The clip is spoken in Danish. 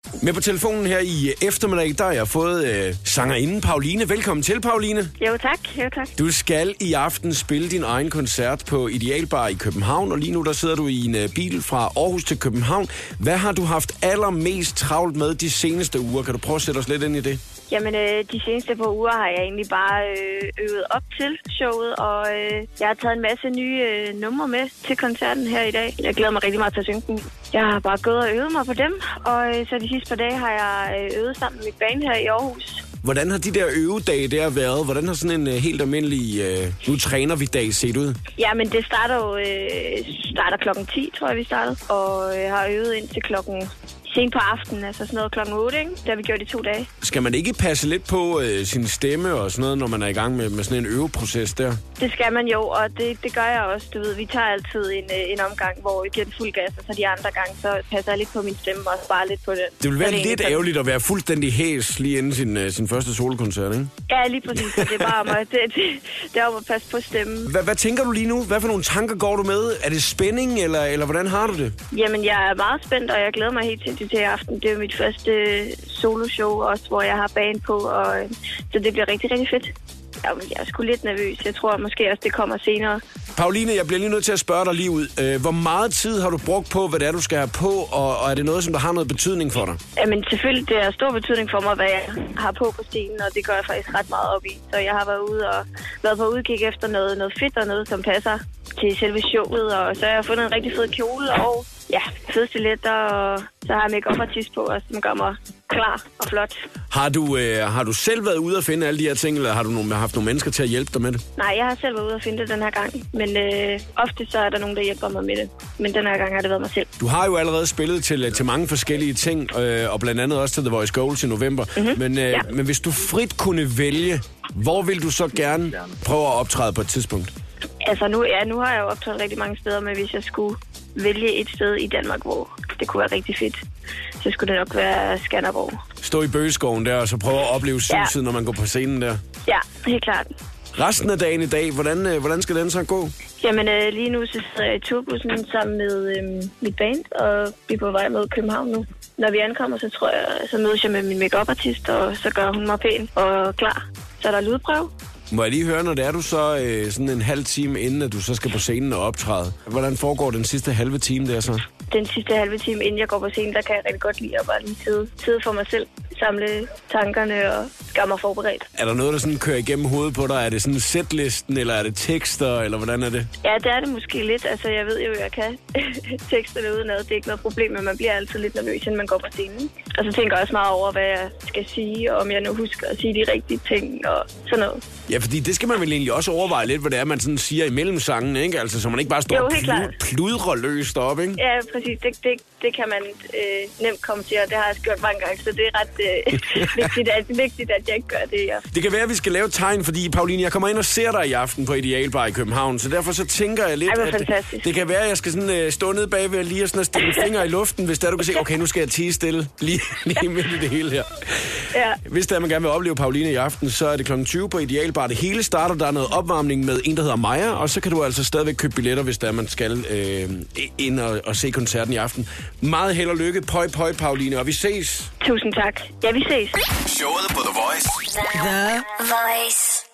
Med på telefonen her i eftermiddag, der har jeg fået sangerinden Pauline. Velkommen til, Pauline. Jo tak. Du skal i aften spille din egen koncert på Idealbar i København, og lige nu der sidder du i en bil fra Aarhus til København. Hvad har du haft allermest travlt med de seneste uger? Kan du prøve at sætte os lidt ind i det? Jamen, de seneste par uger har jeg egentlig bare øvet op til showet, og jeg har taget en masse nye numre med til koncerten her i dag. Jeg glæder mig rigtig meget til at synge dem. Jeg har bare gået og øvet mig på dem, og så de sidste par dage har jeg øvet sammen med mit band her i Aarhus. Hvordan har de der øvedage der været? Hvordan har sådan en helt almindelig nu træner vi dag set ud? Jamen, det starter klokken 10, tror jeg, vi startede, og har øvet indtil klokken sent på aftenen, altså sådan noget klokken 8, ikke? Det har vi gjort i 2 dage. Skal man ikke passe lidt på sin stemme og sådan noget, når man er i gang med sådan en øveproces der? Det skal man jo, og det gør jeg også. Du ved, vi tager altid en omgang, hvor vi giver den fuld gas, og så de andre gange, så passer jeg lidt på min stemme og sparer lidt på det. Det vil være lidt ærgerligt at være fuldstændig hæs lige inden sin første solokoncert, ikke? Ja, lige præcis. Det er bare om det er om at passe på stemmen. Hvad tænker du lige nu? Hvad for nogle tanker går du med? Er det spænding, eller hvordan har du det? Jamen, jeg er meget spændt, og jeg glæder mig helt til i aften. Det er mit første soloshow også, hvor jeg har band på, og så det bliver rigtig, rigtig fedt. Jamen, jeg er sgu lidt nervøs. Jeg tror måske også, det kommer senere. Pauline, jeg bliver lige nødt til at spørge dig lige ud. Hvor meget tid har du brugt på, hvad det er, du skal have på, og er det noget, som der har noget betydning for dig? Jamen, selvfølgelig, det har stor betydning for mig, hvad jeg har på scenen, og det gør jeg faktisk ret meget op i. Så jeg har været på udkig efter noget fedt og noget, som passer til selve showet, og så har jeg fundet en rigtig fed kjole og fede stiletter, og så har jeg make-up-artist på os, som gør mig klar og flot. Har du selv været ude at finde alle de her ting, eller har du haft nogle mennesker til at hjælpe dig med det? Nej, jeg har selv været ude at finde det den her gang, men ofte så er der nogen, der hjælper mig med det. Men den her gang har det været mig selv. Du har jo allerede spillet til mange forskellige ting, og blandt andet også til The Voice Gold i november. Mm-hmm. Men hvis du frit kunne vælge, hvor vil du så gerne prøve at optræde på et tidspunkt? Altså nu har jeg jo optrådt rigtig mange steder, men hvis jeg skulle vælge et sted i Danmark, hvor det kunne være rigtig fedt, så skulle det nok være Skanderborg. Stå i Bøgeskoven der, og så prøve at opleve suset, når man går på scenen der. Ja, helt klart. Resten af dagen i dag, hvordan skal den så gå? Jamen lige nu så sidder jeg i turbussen sammen med mit band, og vi er på vej mod København nu. Når vi ankommer, så tror jeg, så mødes jeg med min make-up-artist, og så gør hun mig pæn og klar. Så er der lydprøve. Må jeg lige høre, når det er du så sådan en halv time inden, at du så skal på scenen og optræde. Hvordan foregår den sidste halve time der så? Den sidste halve time, inden jeg går på scenen, der kan jeg rigtig godt lide at bare lige sidde for mig selv, samle tankerne og gøre mig forberedt. Er der noget, der sådan kører igennem hovedet på dig? Er det sådan setlisten, eller er det tekster, eller hvordan er det? Ja, det er det måske lidt. Altså, jeg ved jo, at jeg kan teksterne udenad. Det er ikke noget problem, men man bliver altid lidt nervøs, inden man går på scenen. Og så tænker jeg også meget over, hvad jeg skal sige, og om jeg nu husker at sige de rigtige ting og sådan noget. Ja, fordi det skal man vel egentlig også overveje lidt, hvad det er, man sådan siger imellem sangen, ikke? Altså, så man ikke bare står og pludrer løst op, ikke? Ja, præcis. Det kan man nemt komme til, og det har jeg gjort mange gange, så det er ret vigtigt, at jeg ikke gør det. Ja. Det kan være, at vi skal lave et tegn, fordi Pauline, jeg kommer ind og ser dig i aften på Idealbar i København, så derfor så tænker jeg lidt, at det kan være, at jeg skal sådan, stå nede bagved lige og sådan stikke fingre i luften, hvis der du kan se, okay, nu skal jeg tie stille lige midt i det hele her. Ja. Hvis der man gerne vil opleve Pauline i aften, så er det kl. 20 på Idealbar. Det hele starter, der er noget opvarmning med en, der hedder Maja, og så kan du altså stadigvæk købe billetter, hvis der man skal ind og se koncerten i aften. Meget held og lykke. Pøj, Pauline, og vi ses. Tusind tak. Ja, vi ses. Showet på The Voice. The Voice.